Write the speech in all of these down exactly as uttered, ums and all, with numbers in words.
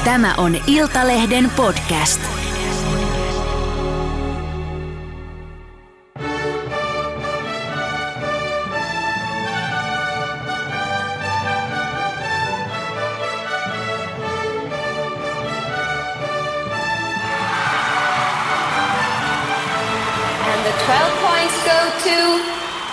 Tämä on Iltalehden podcast. And the twelve points go to...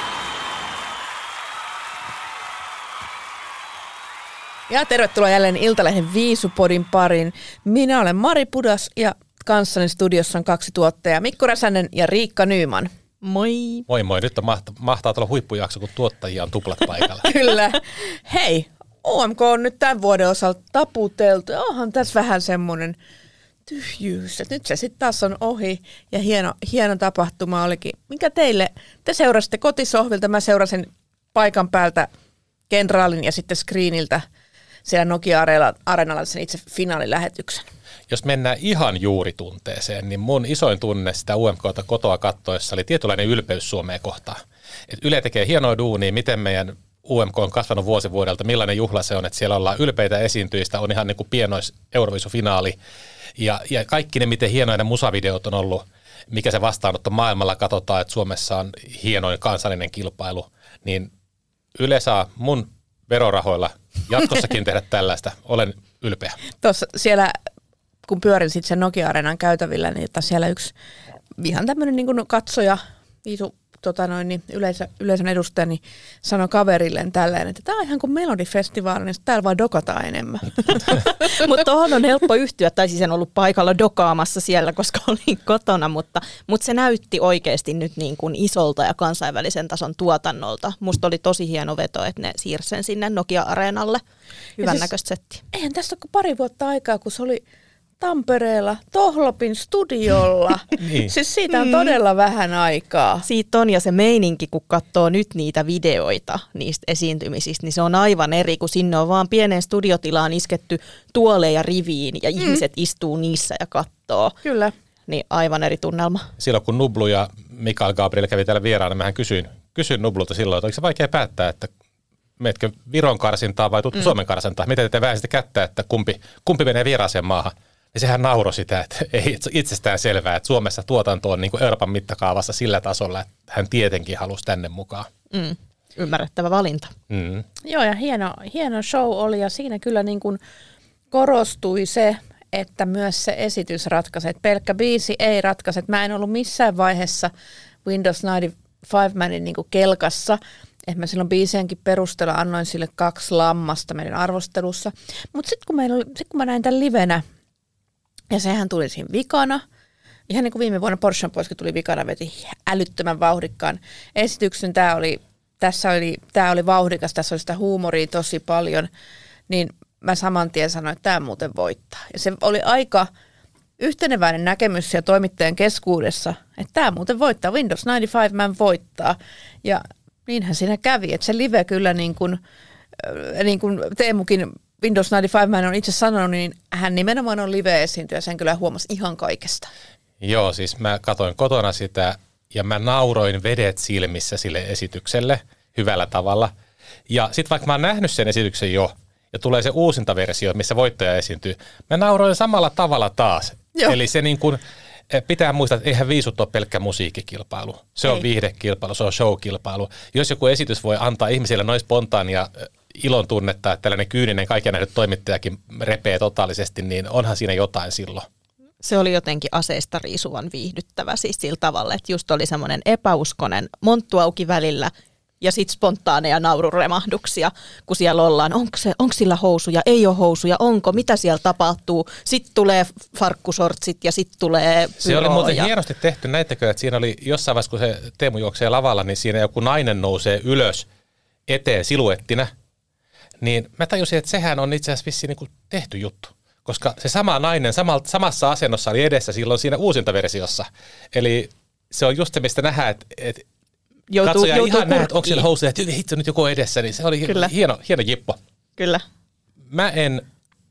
Ja tervetuloa jälleen Iltalehden Viisupodin pariin. Minä olen Mari Pudas ja kanssani studiossa on kaksi tuottajaa, Mikko Räsänen ja Riikka Nyman. Moi. Moi moi, nyt on mahtaa, mahtaa tulla huippujakso, kun tuottajia on tuplat paikalla. Kyllä. Hei, O M K on nyt tämän vuoden osalta taputeltu. Onhan tässä vähän semmoinen tyhjyys, että nyt se sitten taas on ohi ja hieno, hieno tapahtuma olikin. Mikä teille, te seurasitte kotisohvilta, mä seurasin paikan päältä kenraalin ja sitten screeniltä siellä Nokia-areenalla sen itse finaalilähetyksen. Jos mennään ihan juuritunteeseen, niin mun isoin tunne sitä U M K:ta kotoa kattoessa oli tietynlainen ylpeys Suomea kohtaan. Et Yle tekee hienoa duunia, miten meidän U M K on kasvanut vuosi vuodelta, millainen juhla se on, että siellä ollaan ylpeitä esiintyjistä, on ihan niin kuin pienois Euroviisufinaali. Ja, ja kaikki ne, miten hienoja ne musavideot on ollut, mikä se vastaanotto maailmalla katsotaan, että Suomessa on hienoin kansallinen kilpailu, niin Yle saa mun verorahoilla jatkossakin tehdä tällaista. Olen ylpeä. Tuossa siellä, kun pyörin sitten sen Nokia-areenan käytävillä, niin että siellä yksi ihan tämmöinen niin kuin katsoja, viisu, tota noin, niin yleisö, yleisön edustaja, niin sanoi kaverilleen tälleen, että tämä on ihan kuin Melodifestivaali, niin täällä vaan dokataan enemmän. Mutta tuohon on helppo yhtyä, tai siis en ollut paikalla dokaamassa siellä, koska olin kotona, mutta, mutta se näytti oikeasti nyt niin kuin isolta ja kansainvälisen tason tuotannolta. Musta oli tosi hieno veto, että ne siirsi sen sinne Nokia-areenalle. Hyvän siis, näköistä settiä. Eihän tästä ole kuin pari vuotta aikaa, kun se oli Tampereella, Tohlopin studiolla. Niin. Siis siitä on mm. todella vähän aikaa. Siitä on, ja se meininki, kun katsoo nyt niitä videoita niistä esiintymisistä, niin se on aivan eri, kun sinne on vaan pieneen studiotilaan isketty tuoleja riviin, ja mm. ihmiset istuu niissä ja katsoo. Kyllä. Niin aivan eri tunnelma. Silloin kun Nublu ja Mikael Gabriel kävi täällä vieraana, mähän kysyin, kysyin Nublulta silloin, että oliko se vaikea päättää, että menetkö Viron karsintaa vai tuut mm. Suomen karsintaa? Miten te väänsitte kättä, että kumpi, kumpi menee vieraaseen maahan? Ja sehän nauroi sitä, että ei itsestään selvää, että Suomessa tuotanto on niin kuin Euroopan mittakaavassa sillä tasolla, että hän tietenkin halusi tänne mukaan. Mm. Ymmärrettävä valinta. Mm. Joo, ja hieno, hieno show oli, ja siinä kyllä niin kuin korostui se, että myös se esitys ratkaisi. Että pelkkä biisi ei ratkaise. Mä en ollut missään vaiheessa Windows yhdeksänkymmentäviisi-manin niin kuin kelkassa. Että mä silloin biisienkin perusteella annoin sille kaksi lammasta meidän arvostelussa. Mutta sitten kun, sit, kun mä näin tämän livenä, ja sehän tuli siinä vikana. Ihan niin kuin viime vuonna Porschen poiskin tuli vikana, veti älyttömän vauhdikkaan esityksen. Tämä oli, tässä oli, tämä oli vauhdikas, tässä oli sitä huumoria tosi paljon. Niin mä saman tien sanoin, että tämä muuten voittaa. Ja se oli aika yhteneväinen näkemys ja toimittajan keskuudessa, että tämä muuten voittaa. Windows yhdeksänkymmentäviisi voittaa. Ja niinhän siinä kävi, että se live kyllä niin kuin, niin kuin Teemukin Windows yhdeksänkymmentäviisi on itse sanonut, niin hän nimenomaan on live-esiintyjä, sen kyllä huomasi ihan kaikesta. Joo, siis mä katsoin kotona sitä ja mä nauroin vedet silmissä sille esitykselle hyvällä tavalla. Ja sitten vaikka mä oon nähnyt sen esityksen jo ja tulee se uusinta versio, missä voittaja esiintyy, mä nauroin samalla tavalla taas. Joo. Eli se niin kuin, pitää muistaa, että eihän Viisut ole pelkkä musiikkikilpailu. Se Ei. on viihdekilpailu, se on showkilpailu. Jos joku esitys voi antaa ihmisille noin spontaania ilon tunnetta, että tällainen kyyninen kaikkia nähnyt toimittajakin repee totaalisesti, niin onhan siinä jotain silloin. Se oli jotenkin aseista riisuvan viihdyttävä siis sillä tavalla, että just oli semmoinen epäuskonen monttu auki välillä ja sitten spontaaneja naururemahduksia, kun siellä ollaan, onko, se, onko sillä housuja, ei ole housuja, onko, mitä siellä tapahtuu, sitten tulee farkkusortsit ja sitten tulee pyro. Se oli muuten ja... hienosti tehty, näittekö, että siinä oli jossain vaiheessa, kun se Teemu juoksee lavalla, niin siinä joku nainen nousee ylös eteen siluettina. Niin mä tajusin, että sehän on itse asiassa vissiin niin kuin tehty juttu, koska se sama nainen samalla, samassa asennossa oli edessä silloin siinä uusintaversiossa. Eli se on just se, mistä nähdään, että, että joutuu, katsoja joutuu ihan nähdä, että onko siellä housuja, että hitto nyt joku edessä, niin se oli Kyllä. hieno, hieno jippo. Kyllä. Mä en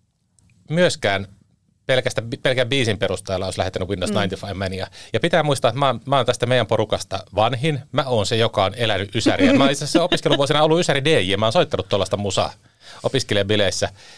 myöskään pelkästä, pelkän biisin perusteella olisi lähettänyt Windows mm. yhdeksänkymmentäviisi Mania. Ja pitää muistaa, että mä oon, mä oon tästä meidän porukasta vanhin. Mä oon se, joka on elänyt ysäriä. Mä oon itse asiassa opiskeluvuosina ollut ysäri D J. Mä oon soittanut tuollaista musaa opiskelijabileissä.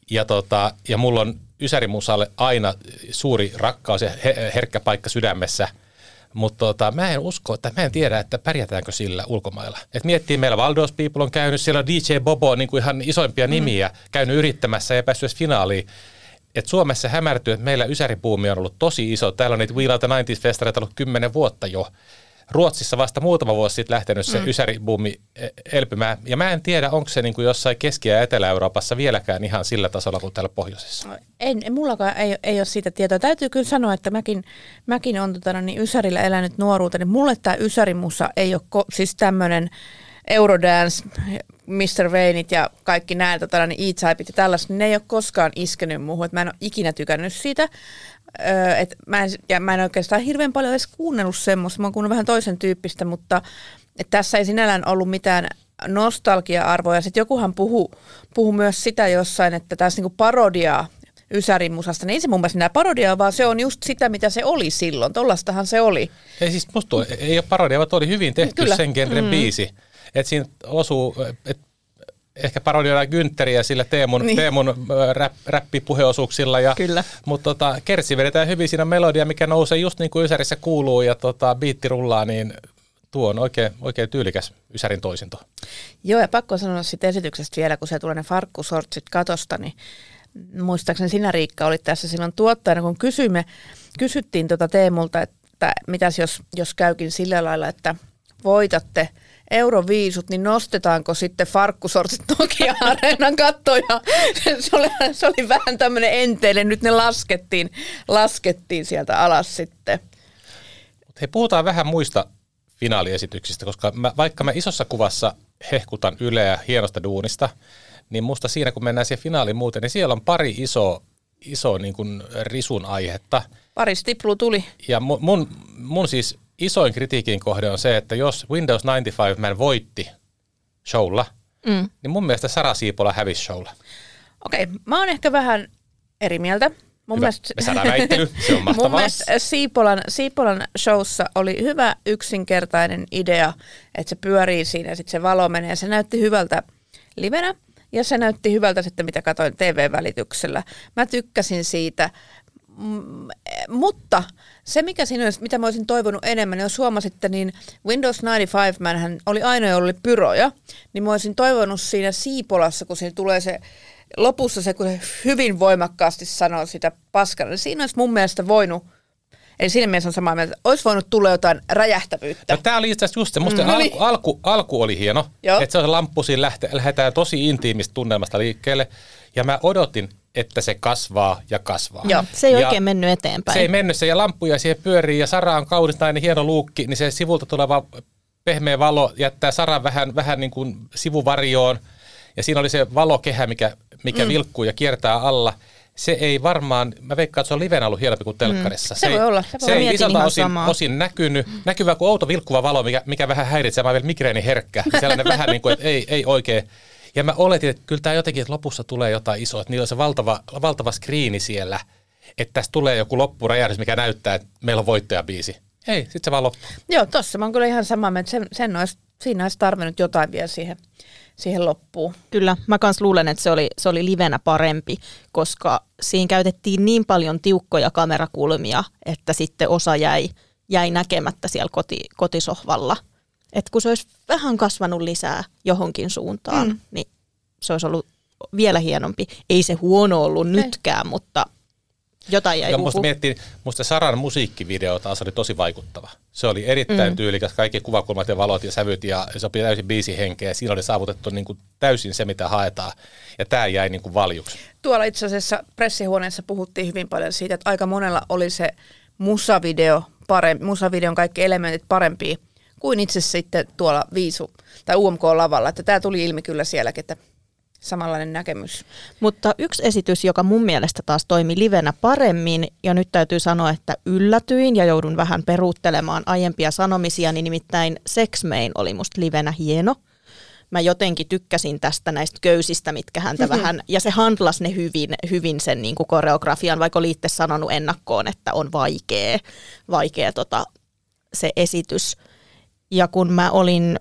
Ja, tota, ja mulla on Ysäri-musalle aina suuri rakkaus ja herkkä paikka sydämessä. Mutta tota, mä en usko, että mä en tiedä, että pärjätäänkö sillä ulkomailla. Et miettii, meillä Valdos People on käynyt, siellä on D J Bobo, niin kuin ihan isoimpia nimiä, mm. käynyt yrittämässä ja päässyt edes finaaliin. Et Suomessa hämärtyy, että meillä Ysäri-buumi on ollut tosi iso. Täällä on niitä We Love the nineties-festareita ollut kymmenen vuotta jo. Ruotsissa vasta muutama vuosi sitten lähtenyt se mm. Ysäri-buumi elpymään. Ja mä en tiedä, onko se niin kuin jossain Keski- ja Etelä-Euroopassa vieläkään ihan sillä tasolla kuin täällä pohjoisessa. En, mullakaan ei, ei ole siitä tietoa. Täytyy kyllä sanoa, että mäkin, mäkin olen tota, niin Ysärillä elänyt nuoruuteni. Mulle tämä Ysärimusa ei ole ko- siis tämmöinen Eurodance, mister Vainit ja kaikki nämä tota, niin E-Typeit ja tällaiset, ne ei ole koskaan iskenyt muuhun. Et mä en ole ikinä tykännyt siitä. Öö, et mä, en, ja mä en oikeastaan hirveän paljon edes kuunnellut semmoista. Mä oon kuunnellut vähän toisen tyyppistä, mutta et tässä ei sinällään ollut mitään nostalgia-arvoja. Sitten jokuhan puhuu puhu myös sitä jossain, että tässä niinku parodiaa Ysäri-musasta. Niin ei se mun mielestä enää parodiaa, vaan se on just sitä, mitä se oli silloin. Tollastahan se oli. Ei siis musta tuo, ei ole parodia, vaan tuo oli hyvin tehty Kyllä. sen genren mm. biisi. Että siinä osuu, että ehkä parodioidaan Günteriä sillä Teemun, niin. Teemun rap, räppipuheosuuksilla. Ja, Kyllä. Mutta tota, kertsi vedetään hyvin siinä melodia, mikä nousee just niin kuin Ysärissä kuuluu ja tota, biitti rullaa, niin tuo on oikein, oikein tyylikäs Ysärin toisinto. Joo, ja pakko sanoa siitä esityksestä vielä, kun se tulee ne farkkusortsit katosta, niin muistaakseni sinä, Riikka, olit tässä silloin tuottajana, kun kysyimme, kysyttiin tuota Teemulta, että mitäs jos, jos käykin sillä lailla, että voitatte Euroviisut, niin nostetaanko sitten farkkusortsit Nokia-areenan kattoon, ja se oli, se oli vähän tämmöinen enteille, nyt ne laskettiin, laskettiin sieltä alas sitten. Hei, puhutaan vähän muista finaaliesityksistä, koska mä, vaikka mä isossa kuvassa hehkutan Yleä hienosta duunista, niin musta siinä, kun mennään siihen finaaliin muuten, niin siellä on pari iso, iso niin kuin risun aihetta. Pari stiplu tuli. Ja mun, mun, mun siis isoin kritiikin kohde on se, että jos Windows yhdeksänkymmentäviisi Man voitti showlla, mm. niin mun mielestä Sara Siipola hävisi showlla. Okei, mä oon ehkä vähän eri mieltä. Mun hyvä. Mielestä, me saadaan väittely, se on mahtavaa. Mun mielestä Siipolan, Siipolan showssa oli hyvä yksinkertainen idea, että se pyörii siinä ja sitten se valo menee. Ja se näytti hyvältä livenä ja se näytti hyvältä sitten, mitä katsoin T V-välityksellä. Mä tykkäsin siitä, M- mutta se, mikä siinä olisi, mitä mä olisin toivonut enemmän, niin jos huomasitte, niin Windows yhdeksänkymmentäviisi Manhän oli ainoa, jolla oli pyroja, niin mä olisin toivonut siinä Siipolassa, kun siinä tulee se lopussa se, kun se hyvin voimakkaasti sanoo sitä paskana, niin siinä olisi mun mielestä voinut, eli siinä mielessä on samaa mieltä, että olisi voinut tulla jotain räjähtävyyttä. No, tämä oli itse asiassa just se, musta mm. alku, alku, alku oli hieno, Joo. että se on lamppu siinä lähdetään tosi intiimistä tunnelmasta liikkeelle, ja mä odotin, että se kasvaa ja kasvaa. Joo, se ei ja oikein mennyt eteenpäin. Se ei mennyt, se ja lamppuja siihen pyörii, ja Sara on kaunis nainen, hieno luukki, niin se sivulta tuleva pehmeä valo jättää Saran vähän, vähän niin kuin sivuvarjoon, ja siinä oli se valokehä, mikä, mikä mm. vilkkuu ja kiertää alla. Se ei varmaan, mä veikkaan, että se on livenä ollut hienompi kuin telkkarissa. Mm. Se, se voi olla. Se, se ei isolta osin, osin näkynyt. Näkyvä kuin outo vilkkuva valo, mikä, mikä vähän häiritsee. Mä oon vielä migreeniherkkä. Sellainen vähän niin kuin, että ei, ei oikein. Ja mä oletin, että kyllä tämä jotenkin, että lopussa tulee jotain isoa. Että niillä on se valtava, valtava skriini siellä. Että tästä tulee joku loppuräjähdys, mikä näyttää, että meillä on voittajabiisi. Ei, sitten se vaan loppuu. Joo, tossa mä oon kyllä ihan samaa mieltä. Sen, sen olisi, siinä olisi tarvinnut jotain vielä siihen. siihen loppuun. Kyllä, mä kans luulen, että se oli, se oli livenä parempi, koska siinä käytettiin niin paljon tiukkoja kamerakulmia, että sitten osa jäi, jäi näkemättä siellä koti, kotisohvalla. Et kun se olisi vähän kasvanut lisää johonkin suuntaan, mm. niin se olisi ollut vielä hienompi. Ei se huono ollut nytkään, Ei. mutta jotain jäi ja musta miettii, musta Saran musiikkivideo taas oli tosi vaikuttava. Se oli erittäin mm. tyylikäs, kaikki kuvakulmat ja valot ja sävyt ja se oli täysin biisin henkeä. Siinä oli saavutettu niin kuin täysin se, mitä haetaan. Ja tämä jäi niin kuin valjuksi. Tuolla itse asiassa pressihuoneessa puhuttiin hyvin paljon siitä, että aika monella oli se musavideo, parempi, musavideon kaikki elementit parempia kuin itse sitten tuolla Viisu tai U M K-lavalla. Että tämä tuli ilmi kyllä sielläkin, että samanlainen näkemys. Mutta yksi esitys, joka mun mielestä taas toimi livenä paremmin, ja nyt täytyy sanoa, että yllätyin ja joudun vähän peruuttelemaan aiempia sanomisia, niin nimittäin Sex Main oli musta livenä hieno. Mä jotenkin tykkäsin tästä näistä köysistä, mitkä häntä mm-hmm. vähän, ja se handlasi ne hyvin, hyvin sen niin kuin koreografian, vaikka oli itse sanonut ennakkoon, että on vaikea, vaikea tota, se esitys. Ja kun mä olin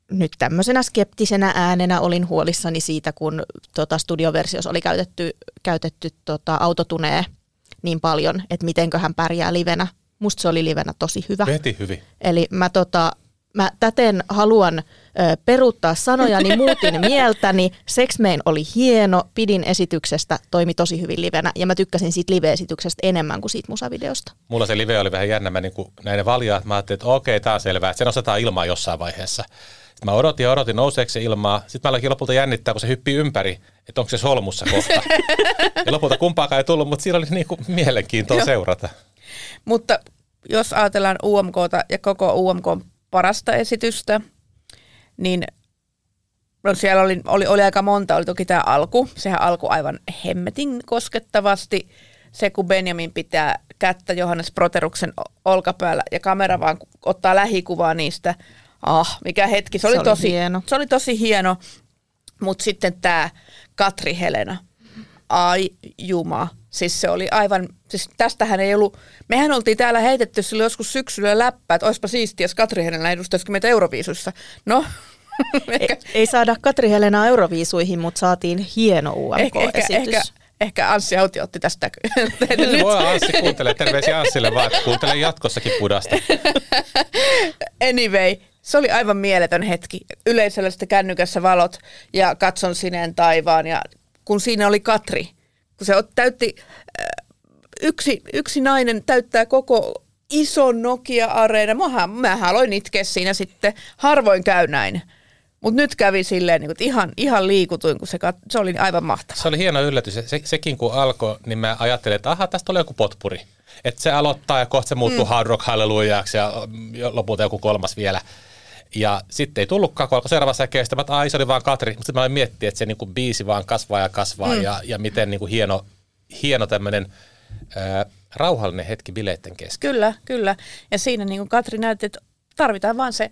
nyt tämmöisenä skeptisenä äänenä olin huolissani siitä, kun tota, studioversiossa oli käytetty, käytetty tota, autotunee niin paljon, että mitenköhän pärjää livenä. Musta se oli livenä tosi hyvä. Veti hyvin. Eli mä, tota, mä täten haluan ö, peruuttaa sanojani, muutin mieltäni. Sex Main oli hieno, pidin esityksestä, toimi tosi hyvin livenä ja mä tykkäsin siitä live-esityksestä enemmän kuin siitä musavideosta. Mulla se live oli vähän jännä, mä niin kuin näin ne valjaat, mä ajattelin, että okei, tää on selvää, että se nostetaan ilmaa jossain vaiheessa. Sitten mä odotin ja odotin, nouseeko se ilmaa. Sitten mä aloin lopulta jännittää, kun se hyppii ympäri, että onko se solmussa kohta. Ja lopulta kumpaakaan ei tullut, mutta siinä oli niin kuin mielenkiintoa seurata. Mutta jos ajatellaan U M K:ta ja koko U M K:n parasta esitystä, niin no siellä oli, oli, oli aika monta. Oli toki tämä alku. Sehän alkoi aivan hemmetin koskettavasti. Se, kun Benjamin pitää kättä Johannes Proteruksen olkapäällä ja kamera vaan ottaa lähikuvaa niistä. Ah, mikä hetki. Se oli, se oli tosi hieno. Se oli tosi hieno. Mutta sitten tämä Katri Helena. Ai juma. Siis se oli aivan, siis tästähän ei ollut, mehän oltiin täällä heitetty silloin joskus syksyllä läppää, että olisipa siistiä, jos Katri Helena edustaisikin meitä Euroviisuissa. No. Ei, ei saada Katri Helenaa Euroviisuihin, mutta saatiin hieno U M K-esitys. Ehkä, ehkä, ehkä Anssi Autio otti tästä. Voi Anssi kuuntele, terveisiä Anssille vaan, että kuuntele jatkossakin Pudasta. Anyway, se oli aivan mieletön hetki. Yleisöllä sitten kännykässä valot ja katson sineen taivaan ja kun siinä oli Katri. Kun se täytti, yksi, yksi nainen täyttää koko ison Nokia-areena. Mähän, mähän aloin itkeä siinä sitten. Harvoin käy näin. Mutta nyt kävi silleen, niin ihan, ihan liikutuin, kun se, se oli aivan mahtavaa. Se oli hieno yllätys. Se, sekin kun alkoi, niin mä ajattelin, että aha, tästä oli joku potpuri. Että se aloittaa ja kohta se muuttuu mm. hard rock hallelujaksi ja lopulta joku kolmas vielä. Ja sitten ei tullutkaan, kun alkoi seuraava säkeistä, että ai se oli vaan Katri. Mutta sitten mä aloin miettiä, että se niinku biisi vaan kasvaa ja kasvaa mm. ja, ja miten niinku hieno, hieno tämmöinen ää, rauhallinen hetki bileitten kesken. Kyllä, kyllä. Ja siinä niin kuin Katri näytti, että tarvitaan vaan se,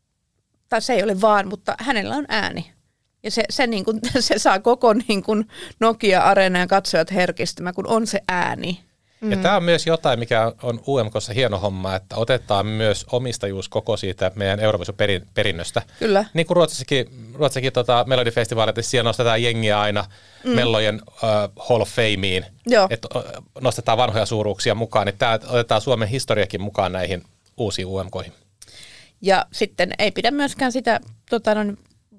tai se ei ole vaan, mutta hänellä on ääni. Ja se, se, niin kuin, se saa koko niin kuin Nokia-areenan ja katsojat herkistymään, kun on se ääni. Ja mm. tämä on myös jotain, mikä on U M K:ssa hieno homma, että otetaan myös omistajuus koko siitä meidän Euroviisuperinnöstä. Kyllä. Niin kuin Ruotsissakin, Ruotsissakin tota Melodifestivaalit, että siellä nostetaan jengiä aina mm. mellojen uh, Hall of Fameen, että nostetaan vanhoja suuruuksia mukaan, niin tämä otetaan Suomen historiakin mukaan näihin uusiin U M K:ihin. Ja sitten ei pidä myöskään sitä tota, no,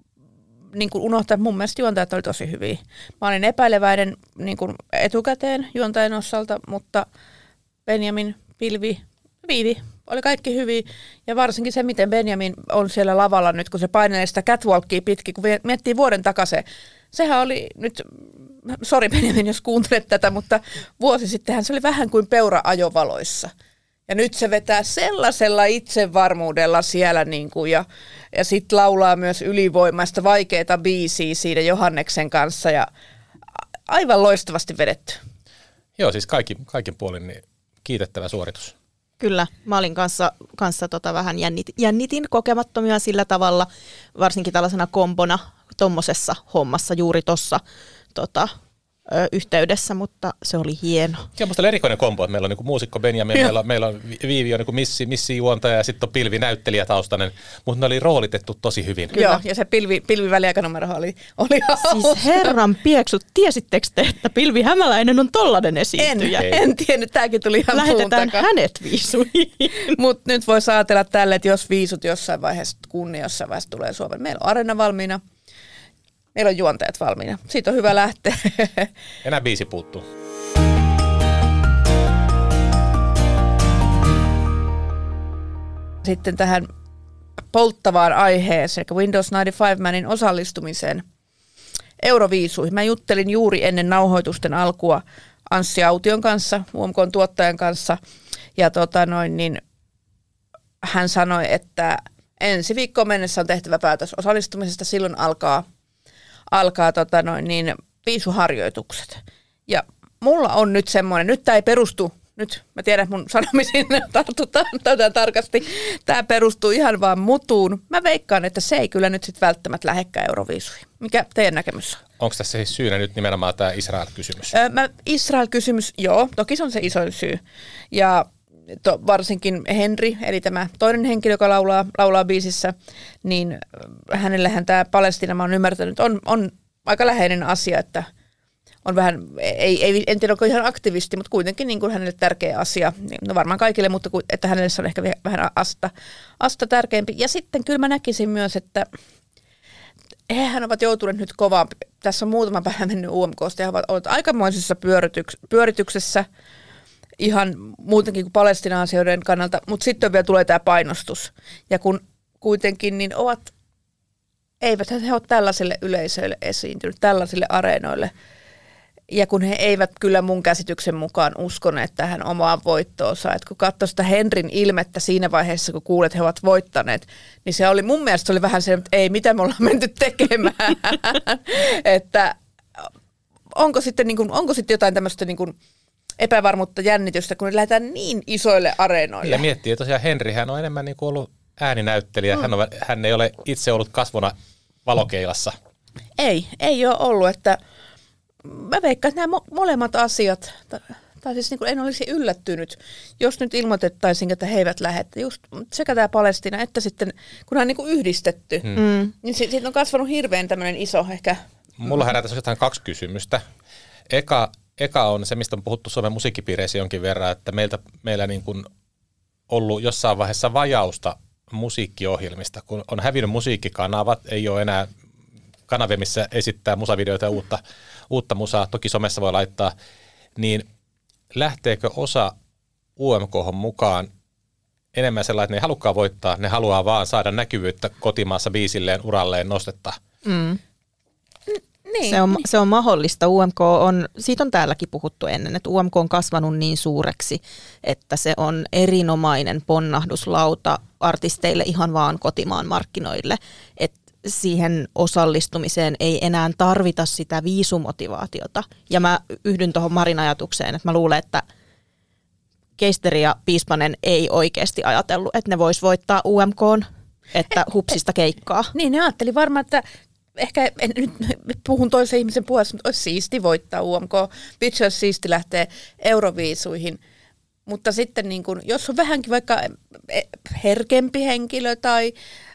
niin kuin unohtaa, että mun mielestä juontajat oli tosi hyviä. Mä olin epäileväinen niin kuin etukäteen juontajan osalta, mutta Benjamin, Pilvi, Viivi oli kaikki hyviä. Ja varsinkin se, miten Benjamin on siellä lavalla nyt, kun se painelee sitä catwalkia pitkin, kun miettii vuoden takaisin. Sehän oli nyt, sori Benjamin, jos kuuntelet tätä, mutta vuosi sittenhän se oli vähän kuin peura ajovaloissa. Ja nyt se vetää sellaisella itsevarmuudella siellä niin kuin ja, ja sitten laulaa myös ylivoimaista vaikeita biisiä siinä Johanneksen kanssa ja aivan loistavasti vedetty. Joo, siis kaikki, kaikin puolin niin kiitettävä suoritus. Kyllä, mä olin kanssa, kanssa tota vähän jännit, jännitin kokemattomia sillä tavalla, varsinkin tällaisena kombona tommosessa hommassa juuri tuossa tota, yhteydessä, mutta se oli hieno. Ja musta oli erikoinen kombo, että meillä on niinku muusikko Benjamin, meillä on, meillä on Viivi on niinku missi, missi juontaja ja sitten on Pilvi näyttelijä taustainen, mutta ne oli roolitettu tosi hyvin. Kyllä. Joo, ja se Pilvi, Pilvi väliaikanumerohan oli, oli siis herran pieksut, tiesittekö te, että Pilvi Hämäläinen on tollainen esiintyjä? En, en tiennyt, tämäkin tuli ihan lähetetään hänet viisuihin. Mutta nyt voisi ajatella tälle, että jos viisut jossain vaiheessa, kunnia jossain vaiheessa tulee Suomeen, meillä on areena valmiina. Meillä on juontajat valmiina. Siitä on hyvä lähteä. Enää biisi puuttuu. Sitten tähän polttavaan aiheeseen, eli Windows yhdeksänkymmentäviisi-manin osallistumiseen Euroviisuihin. Mä juttelin juuri ennen nauhoitusten alkua Anssi Aution kanssa, U M K:n tuottajan kanssa, ja tota noin, niin hän sanoi, että ensi viikkoon mennessä on tehtävä päätös osallistumisesta, silloin alkaa alkaa tota noin, niin, viisuharjoitukset. Ja mulla on nyt semmoinen, nyt tämä ei perustu, nyt mä tiedän, että mun sanomisiin tartutaan tätä tarkasti, tämä perustuu ihan vaan mutuun. Mä veikkaan, että se ei kyllä nyt sitten välttämättä lähekkään Euroviisuihin. Mikä teidän näkemys on? Onko tässä siis syynä nyt nimenomaan tämä Israel-kysymys? Öö, mä, Israel-kysymys, joo, toki se on se isoin syy. Ja to, varsinkin Henry, eli tämä toinen henkilö, joka laulaa, laulaa biisissä, niin hänellähän tämä Palestiina, mä oon ymmärtänyt, on, on aika läheinen asia, että on vähän, ei, ei, en tiedä onko ihan aktivisti, mutta kuitenkin niin kuin hänelle tärkeä asia. No varmaan kaikille, mutta että hänelle se on ehkä vähän asta, asta tärkeämpi. Ja sitten kyllä mä näkisin myös, että hehän ovat joutuneet nyt kovaan, tässä on muutama päivä mennyt U M K:sta, ja he ovat olleet aikamoisessa pyörityks, pyörityksessä ihan muutenkin kuin Palestiina-asioiden kannalta, mutta sitten vielä tulee tämä painostus. Ja kun kuitenkin niin ovat, eivät he ole tällaiselle yleisöille esiintynyt, tällaisille areenoille. Ja kun he eivät kyllä mun käsityksen mukaan uskoneet tähän omaan voittoonsa, että kun katsoi sitä Henrin ilmettä siinä vaiheessa, kun kuulet, he ovat voittaneet, niin se oli mun mielestä se oli vähän se, että ei, mitä me ollaan menty tekemään. Että onko sitten, niin kuin, onko sitten jotain tämmöistä niin kuin epävarmuutta, jännitystä, kun ne lähdetään niin isoille areenoille. Ja miettii, että tosiaan Henrihän on enemmän niin kuin ollut ääninäyttelijä. Mm. Hän, on, hän ei ole itse ollut kasvona valokeilassa. Ei, ei ole ollut, että mä veikkaan, että nämä mo- molemmat asiat, tai siis niin kuin en olisi yllättynyt, jos nyt ilmoitettaisiin, että he eivät lähde. Just sekä tämä Palestiina, että sitten, kun on niin kuin yhdistetty, mm. niin siitä on kasvanut hirveän tämmöinen iso ehkä. Mulla herää tässä jotain kaksi kysymystä. Eka, eka on se, mistä on puhuttu Suomen musiikkipiireissä jonkin verran, että meiltä, meillä niin kuin ollut jossain vaiheessa vajausta musiikkiohjelmista, kun on hävinnyt musiikkikanavat, ei ole enää kanavia, missä esittää musavideoita ja uutta, uutta musaa, toki somessa voi laittaa, niin lähteekö osa U M K:hon mukaan enemmän sellainen, että ne ei halukkaan voittaa, ne haluaa vaan saada näkyvyyttä kotimaassa biisilleen, uralleen nostetta? Mm. Niin, se, on, niin. se on mahdollista. U M K on, siitä on täälläkin puhuttu ennen, että U M K on kasvanut niin suureksi, että se on erinomainen ponnahduslauta artisteille ihan vaan kotimaan markkinoille, että siihen osallistumiseen ei enää tarvita sitä viisumotivaatiota. Ja mä yhdyn tuohon Marin ajatukseen, että mä luulen, että Keisteri ja Piispanen ei oikeasti ajatellut, että ne vois voittaa U M K:n, että hupsista keikkaa. Niin, ne ajatteli varmaan, että ehkä en, nyt puhun toisen ihmisen puolesta, mutta olisi siisti voittaa U M K. Bitch olisi siisti lähteä Euroviisuihin. Mutta sitten niin kun, jos on vähänkin vaikka herkempi henkilö tai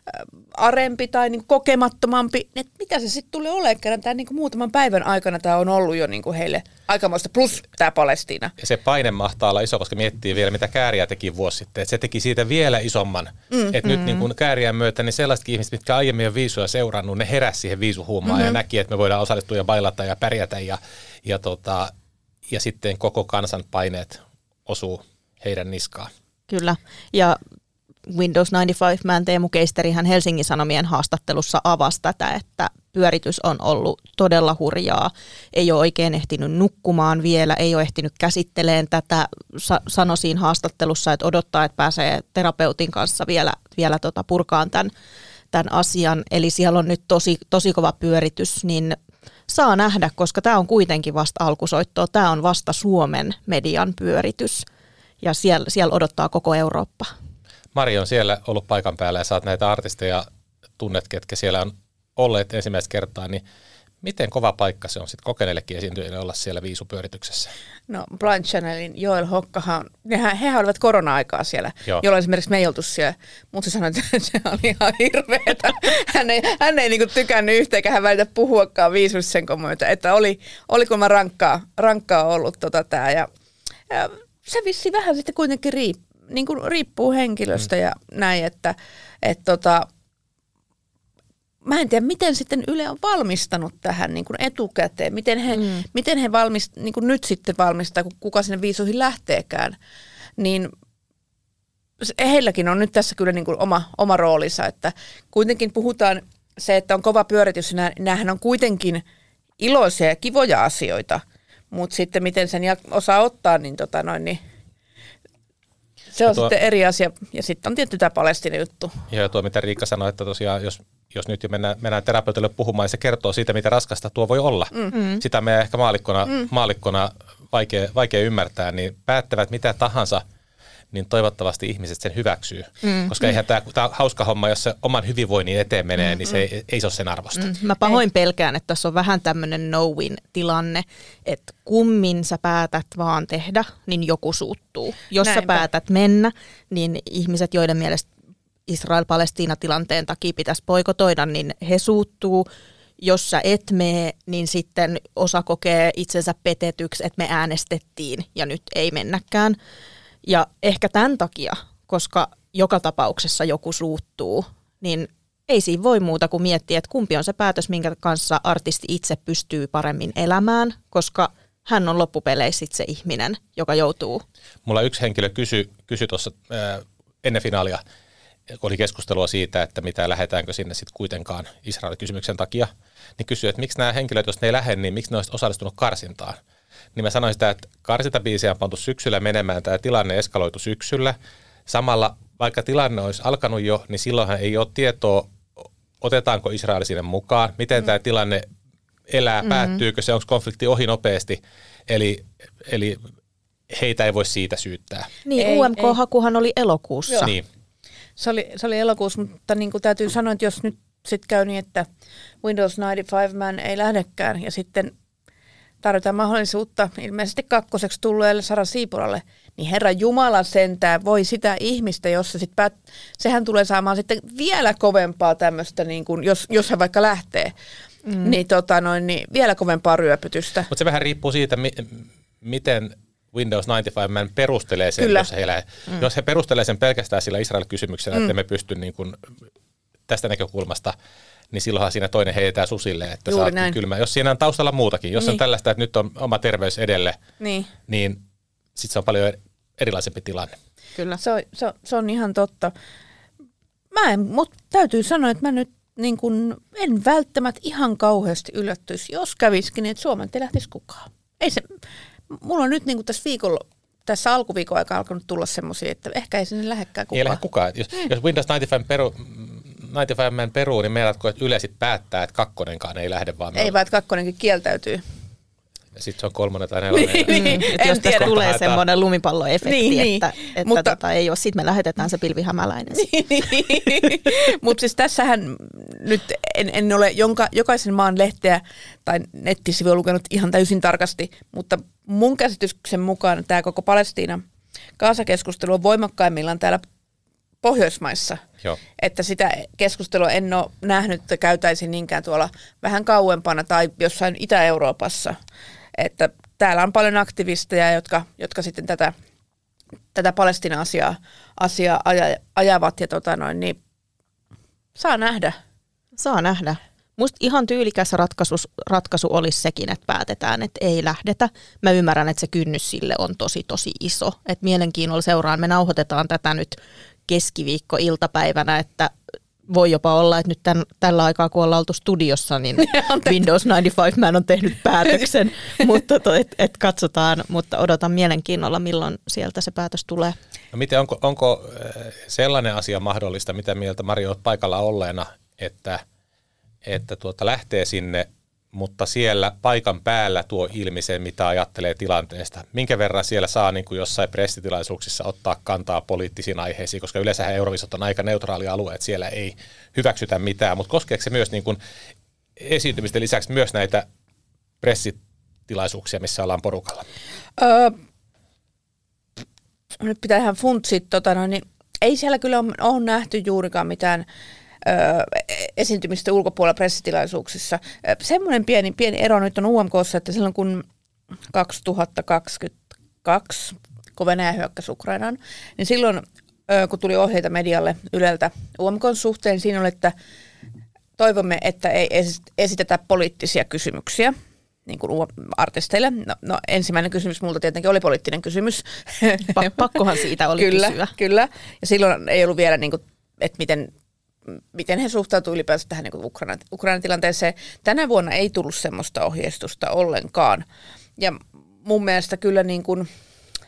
arempi tai niin kokemattomampi, niin mitä se sitten tulee olemaan? Tämä niin muutaman päivän aikana tämä on ollut jo niin heille aikamoista, plus tämä Palestiina. Ja se paine mahtaa olla iso, koska miettii vielä, mitä Kääriä teki vuosi sitten. Että se teki siitä vielä isomman. Mm, että mm. nyt niin kuin Kääriän myötä, niin sellaisetkin ihmiset, mitkä aiemmin on viisuja seurannut, ne heräsi siihen viisuhuumaan mm-hmm. ja näki, että me voidaan osallistua ja bailata ja pärjätä. Ja, ja, tota, ja sitten koko kansan paineet osuu heidän niskaan. Kyllä. Ja Windows yhdeksänkymmentäviisi-man Teemu Keisteri hän Helsingin Sanomien haastattelussa avasi tätä, että pyöritys on ollut todella hurjaa. Ei ole oikein ehtinyt nukkumaan vielä, ei ole ehtinyt käsittelemään tätä. Sa- sanoi siinä haastattelussa, että odottaa, että pääsee terapeutin kanssa vielä, vielä tota purkaan tämän, tämän asian. Eli siellä on nyt tosi, tosi kova pyöritys, niin saa nähdä, koska tämä on kuitenkin vasta alkusoittoa. Tämä on vasta Suomen median pyöritys ja siellä, siellä odottaa koko Eurooppa. Mari on siellä ollut paikan päällä ja saat näitä artisteja tunnet, ketkä siellä on olleet ensimmäistä kertaa, niin miten kova paikka se on sitten kokeneillekin esiintyjille olla siellä viisupyörityksessä? No Blind Channelin Joel Hokkahan, hehän, hehän olivat korona-aikaa siellä, Joo. jolloin esimerkiksi me ei oltu siellä, mutta se sanoi, että se oli ihan hirveetä. Hän ei, hän ei niinku tykännyt yhtä eikä hän välitä puhuakaan viisuissa sen kommentoita, että oli, oli kun mä rankkaa, rankkaa ollut tota tää ja, ja se vissi vähän sitten kuitenkin riippuu. Niin kuin riippuu henkilöstä ja näin, että et tota, mä en tiedä, miten sitten Yle on valmistanut tähän niin kuin etukäteen, miten he, mm. miten he valmist, niin kuin nyt sitten valmistaa, kun kuka sinne viisuihin lähteekään, niin heilläkin on nyt tässä kyllä niin kuin oma, oma roolinsa, että kuitenkin puhutaan se, että on kova pyöritys, ja näähän on kuitenkin iloisia ja kivoja asioita, mutta sitten miten sen osaa ottaa, niin tota noin, niin se on tuo, sitten eri asia, ja sitten on tietty tämä Palestiinan juttu. Ja tuo, mitä Riikka sanoi, että tosiaan, jos, jos nyt jo mennään, mennään terapeutille puhumaan, niin se kertoo siitä, mitä raskasta tuo voi olla. Mm. Sitä meidän ehkä maalikkona, mm. maalikkona vaikea, vaikea ymmärtää, niin päättävät mitä tahansa, niin toivottavasti ihmiset sen hyväksyy. Mm. Koska eihän tämä, tämä hauska homma, jos se oman hyvinvoinnin eteen menee, mm. niin se ei, ei se ole sen arvosta. Mm. Mä pahoin ei. pelkään, että tässä on vähän tämmöinen no-win-tilanne, että kummin sä päätät vaan tehdä, niin joku suuttuu. Jos Näinpä. sä päätät mennä, niin ihmiset, joiden mielestä Israel-Palestiina-tilanteen takia pitäisi boikotoida, niin he suuttuu. Jos sä et mene, niin sitten osa kokee itsensä petetyksi, että me äänestettiin ja nyt ei mennäkään. Ja ehkä tämän takia, koska joka tapauksessa joku suuttuu, niin ei siinä voi muuta kuin miettiä, että kumpi on se päätös, minkä kanssa artisti itse pystyy paremmin elämään, koska hän on loppupeleissä se ihminen, joka joutuu. Mulla yksi henkilö kysyi kysy tuossa äh, ennen finaalia, kun oli keskustelua siitä, että mitä lähdetäänkö sinne sitten kuitenkaan Israelin kysymyksen takia, niin kysyi, että miksi nämä henkilöt, jos ne ei lähde, niin miksi ne olisi osallistunut karsintaan. Niin mä sanoin sitä, että karsintabiisiä on pantu syksyllä menemään, tämä tilanne eskaloitu syksyllä. Samalla, vaikka tilanne olisi alkanut jo, niin silloinhan ei ole tietoa, otetaanko Israel sinne mukaan, miten mm. tämä tilanne elää, mm-hmm. päättyykö se, onko konflikti ohi nopeasti, eli, eli heitä ei voi siitä syyttää. Niin, ei, U M K-hakuhan oli elokuussa. Niin. Se oli, se oli elokuussa, mutta niin kuin täytyy sanoa, että jos nyt sitten käy niin, että Windows yhdeksänkymmentäviisi Man ei lähdekään ja sitten tarvitaan mahdollisuutta ilmeisesti kakkoseksi tulleelle Sara Siipulalle, niin Herra Jumala sentään voi sitä ihmistä, jos se sitten päät, sehän tulee saamaan sitten vielä kovempaa tämmöistä, niin kuin, jos, jos hän vaikka lähtee, mm. niin, tota noin, niin vielä kovempaa ryöpytystä. Mutta se vähän riippuu siitä, mi- miten Windows yhdeksänkymmentäviisi Man perustelee sen, Kyllä. jos he, elää. Mm. Jos he perustelee sen pelkästään sillä Israel-kysymyksellä, mm. että me pysty niin kuin tästä näkökulmasta, niin silloinhan siinä toinen heitetään susille, että sä oot kylmä. Jos siinä on taustalla muutakin, jos niin. on tällaista, että nyt on oma terveys edelle, niin, niin sitten se on paljon erilaisempi tilanne. Kyllä. Se on, se on, se on ihan totta. Mä en, mutta täytyy sanoa, että mä nyt niin kun, en välttämättä ihan kauheasti yllättyisi, jos kävisikin, että Suomeen ei lähtisi kukaan. Ei se, mulla on nyt niin kuin tässä viikolla, tässä alkuviikon aikaa alkanut tulla semmoisia, että ehkä ei sinne lähekkään kukaan. Ei lähde kukaan. Jos, mm. jos Windows yhdeksänkymmentäviisi peru, yhdeksänkymmentäviisi Man peruu, niin meidätkö, että Yle sitten päättää, että kakkonenkaan ei lähde vaan. Ei vaan, että kakkonenkin kieltäytyy. Ja sitten se on kolmonen tai nelonen. niin, niin. Että jos tästä tulee semmoinen lumipalloefekti, niin, että, niin. että Mutta, tota, ei ole, sitten me lähetetään se pilvihämäläinen. niin, Mutta siis tässähän nyt en, en ole jonka, jokaisen maan lehteä tai nettisivuja lukenut ihan täysin tarkasti, mutta mun käsityksen mukaan tämä koko Palestiina Gaza-keskustelu on voimakkaimmillaan täällä Pohjoismaissa. Joo. Että sitä keskustelua en ole nähnyt, että käytäisiin niinkään tuolla vähän kauempana tai jossain Itä-Euroopassa. Että täällä on paljon aktivisteja, jotka, jotka sitten tätä, tätä Palestiina-asiaa asiaa aja, ajavat ja tota noin, niin saa nähdä. Saa nähdä. Musta ihan tyylikäs ratkaisu, ratkaisu olisi sekin, että päätetään, että ei lähdetä. Mä ymmärrän, että se kynnys sille on tosi tosi iso. Että mielenkiinnolla seuraan, me nauhoitetaan tätä nyt keskiviikko-iltapäivänä, että voi jopa olla, että nyt tämän, tällä aikaa, kun ollaan oltu studiossa, niin Windows yhdeksänkymmentäviisi Man on tehnyt päätöksen, mutta to, et, et katsotaan, mutta odotan mielenkiinnolla, milloin sieltä se päätös tulee. No miten, onko, onko sellainen asia mahdollista, mitä mieltä Mari olet paikalla olleena, että, että tuota, lähtee sinne, mutta siellä paikan päällä tuo ilmi sen, mitä ajattelee tilanteesta. Minkä verran siellä saa niin kuin jossain pressitilaisuuksissa ottaa kantaa poliittisiin aiheisiin, koska yleensähän Eurovisot on aika neutraali alue, että siellä ei hyväksytä mitään, mutta koskeeko se myös niin kuin esiintymisten lisäksi myös näitä pressitilaisuuksia, missä ollaan porukalla? Öö, nyt pitää ihan funtsia, tota, no, niin ei siellä kyllä ole, ole nähty juurikaan mitään esiintymistä ulkopuolella pressitilaisuuksissa. Semmoinen pieni, pieni ero nyt on U M K:ssa, että silloin kun kaksituhattakaksikymmentäkaksi, kun Venäjä hyökkäsi Ukrainaan, niin silloin kun tuli ohjeita medialle Yleltä U M K:n suhteen, siinä oli, että toivomme, että ei esitetä poliittisia kysymyksiä niin kuin artisteille. No, no ensimmäinen kysymys multa tietenkin oli poliittinen kysymys. Pakkohan siitä oli kyllä, kysyä. Kyllä, ja silloin ei ollut vielä, niin kuin, että miten miten he suhtautuivat ylipäänsä tähän niin Ukrainan, Ukrainan tilanteeseen. Tänä vuonna ei tullut semmoista ohjeistusta ollenkaan. Ja mun mielestä kyllä niin kuin,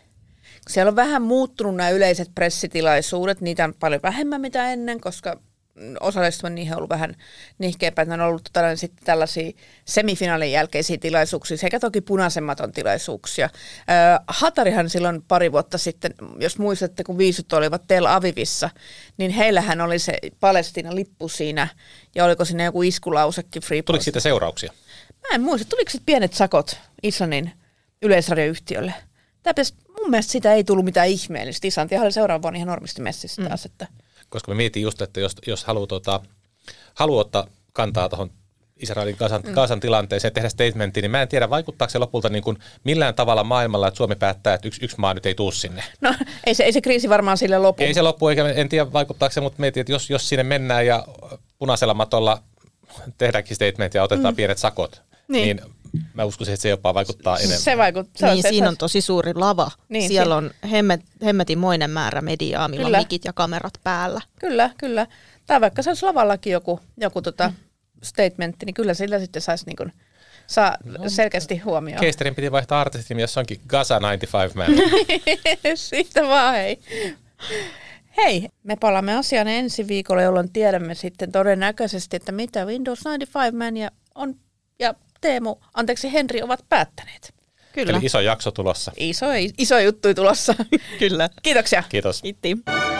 siellä on vähän muuttunut nämä yleiset pressitilaisuudet. Niitä on paljon vähemmän mitä ennen, koska osallistumaan, niin he on ollut vähän nihkeämpää. Ne on ollut tota, sitten tällaisia semifinaalin jälkeisiä tilaisuuksia, sekä toki punaisemmaton tilaisuuksia. Ö, Hatarihan silloin pari vuotta sitten, jos muistatte, kun viisut olivat Tel Avivissa, niin heillähän oli se Palestiina-lippu siinä, ja oliko siinä joku iskulausekin Freeportista. Tuliko siitä seurauksia? Mä en muista, tuliko sitten pienet sakot Islannin yleisradioyhtiölle? Pitäisi, mun mielestä sitä ei tullut mitään ihmeellistä. Islantihan oli seuraavan vuonna ihan normisti messissä taas. Mm. Että. Koska me mietin just, että jos, jos haluaa, tota, haluaa ottaa kantaa tuohon Israelin Gazan, mm. Gazan tilanteeseen ja tehdä statementin, niin mä en tiedä, vaikuttaako se lopulta niin kuin millään tavalla maailmalla, että Suomi päättää, että yksi, yksi maa nyt ei tule sinne. No ei se, ei se kriisi varmaan sille lopu. Ei se lopu, eikä en tiedä vaikuttaako se, mutta mietin, että jos, jos sinne mennään ja punaisella matolla tehdäänkin statement ja otetaan mm. pienet sakot, niin. niin mä uskoisin, että se jopa vaikuttaa enemmän. Se vaikuttaa. Niin, se, siinä se, on tosi suuri lava. Niin, siellä si- on hemmet, hemmetinmoinen määrä mediaa, millä on mikit ja kamerat päällä. Kyllä, kyllä. Tai vaikka se olisi lavallakin joku, joku tota mm. statementti, niin kyllä sillä sitten saisi niin kuin, saa no, selkeästi huomioon. Keisterin piti vaihtaa artistin, jos onkin Gaza yhdeksänkymmentäviisi Man. Siitä vaan hei. Hei, me palaamme asiaan ensi viikolla, jolloin tiedämme sitten todennäköisesti, että mitä Windows yhdeksänkymmentäviisi Man ja, on, ja Teemu, anteeksi Henri, ovat päättäneet. Kyllä. Eli iso jakso tulossa. Iso, iso juttu tulossa. Kyllä. Kiitoksia. Kiitos. Kiitti.